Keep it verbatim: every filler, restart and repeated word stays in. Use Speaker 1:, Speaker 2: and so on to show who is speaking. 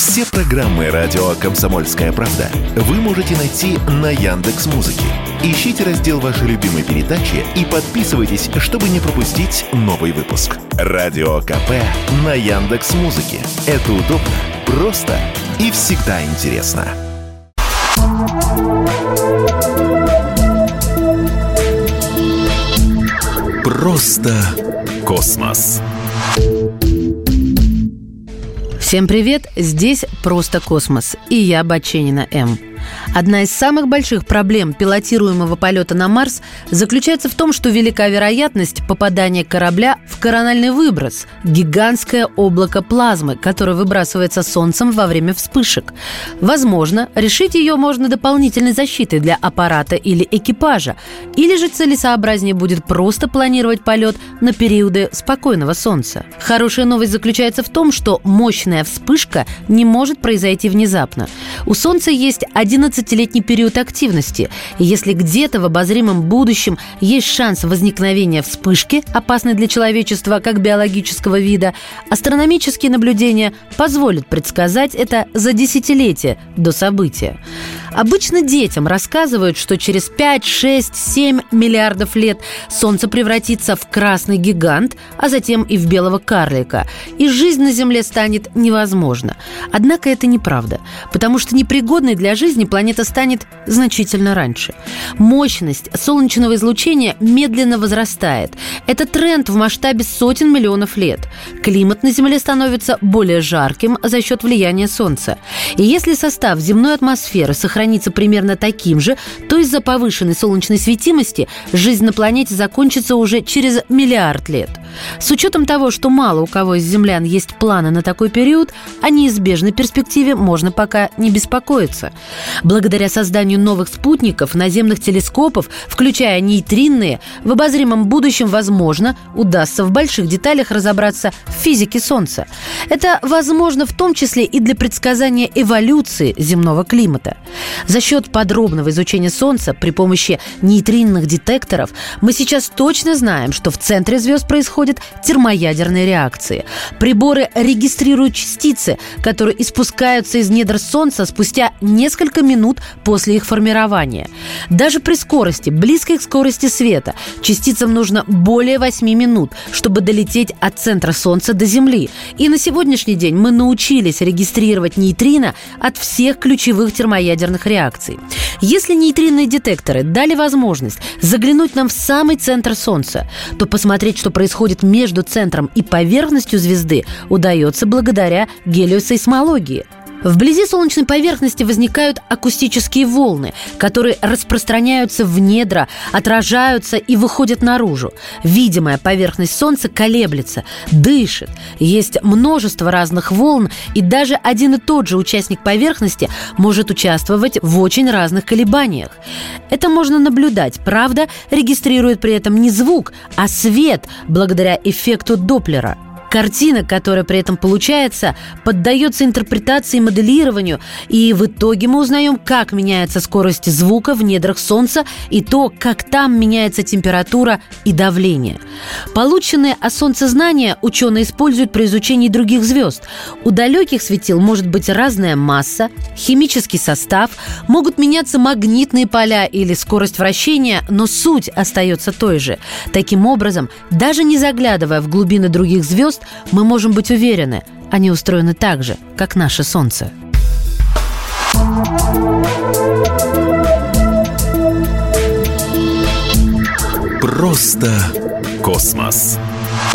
Speaker 1: Все программы радио «Комсомольская правда» вы можете найти на Яндекс.Музыке. Ищите раздел вашей любимой передачи и подписывайтесь, чтобы не пропустить новый выпуск. Радио КП на Яндекс.Музыке. Это удобно, просто и всегда интересно. Просто космос.
Speaker 2: Всем привет! Здесь «Просто космос» и я, Баченина М. Одна из самых больших проблем пилотируемого полета на Марс заключается в том, что велика вероятность попадания корабля в корональный выброс – гигантское облако плазмы, которое выбрасывается Солнцем во время вспышек. Возможно, решить ее можно дополнительной защитой для аппарата или экипажа, или же целесообразнее будет просто планировать полет на периоды спокойного Солнца. Хорошая новость заключается в том, что мощная вспышка не может произойти внезапно. У Солнца есть одиннадцатилетний период активности, и если где-то в обозримом будущем есть шанс возникновения вспышки, опасной для человечества как биологического вида, астрономические наблюдения позволят предсказать это за десятилетия до события. Обычно детям рассказывают, что через пять, шесть, семь миллиардов лет Солнце превратится в красный гигант, а затем и в белого карлика, и жизнь на Земле станет невозможна. Однако это неправда, потому что непригодной для жизни планета станет значительно раньше. Мощность солнечного излучения медленно возрастает. Это тренд в масштабе сотен миллионов лет. Климат на Земле становится более жарким за счет влияния Солнца. И если состав земной атмосферы сохранится примерно таким же, то из-за повышенной солнечной светимости жизнь на планете закончится уже через миллиард лет. С учетом того, что мало у кого из землян есть планы на такой период, о неизбежной перспективе можно пока не беспокоиться. Благодаря созданию новых спутников, наземных телескопов, включая нейтринные, в обозримом будущем, возможно, удастся в больших деталях разобраться в физике Солнца. Это возможно в том числе и для предсказания эволюции земного климата. За счет подробного изучения Солнца при помощи нейтринных детекторов мы сейчас точно знаем, что в центре звезд происходят термоядерные реакции. Приборы регистрируют частицы, которые испускаются из недр Солнца спустя несколько минут после их формирования. Даже при скорости, близкой к скорости света, частицам нужно более восьми минут, чтобы долететь от центра Солнца до Земли. И на сегодняшний день мы научились регистрировать нейтрино от всех ключевых термоядерных реакций. Если нейтринные детекторы дали возможность заглянуть нам в самый центр Солнца, то посмотреть, что происходит между центром и поверхностью звезды, удается благодаря гелиосейсмологии. Вблизи солнечной поверхности возникают акустические волны, которые распространяются в недра, отражаются и выходят наружу. Видимая поверхность Солнца колеблется, дышит. Есть множество разных волн, и даже один и тот же участник поверхности может участвовать в очень разных колебаниях. Это можно наблюдать, правда, регистрирует при этом не звук, а свет, благодаря эффекту Доплера. Картина, которая при этом получается, поддается интерпретации и моделированию, и в итоге мы узнаем, как меняется скорость звука в недрах Солнца и то, как там меняется температура и давление. Полученные о Солнце знания ученые используют при изучении других звезд. У далеких светил может быть разная масса, химический состав, могут меняться магнитные поля или скорость вращения, но суть остается той же. Таким образом, даже не заглядывая в глубины других звезд, мы можем быть уверены, они устроены так же, как наше Солнце.
Speaker 1: Просто космос.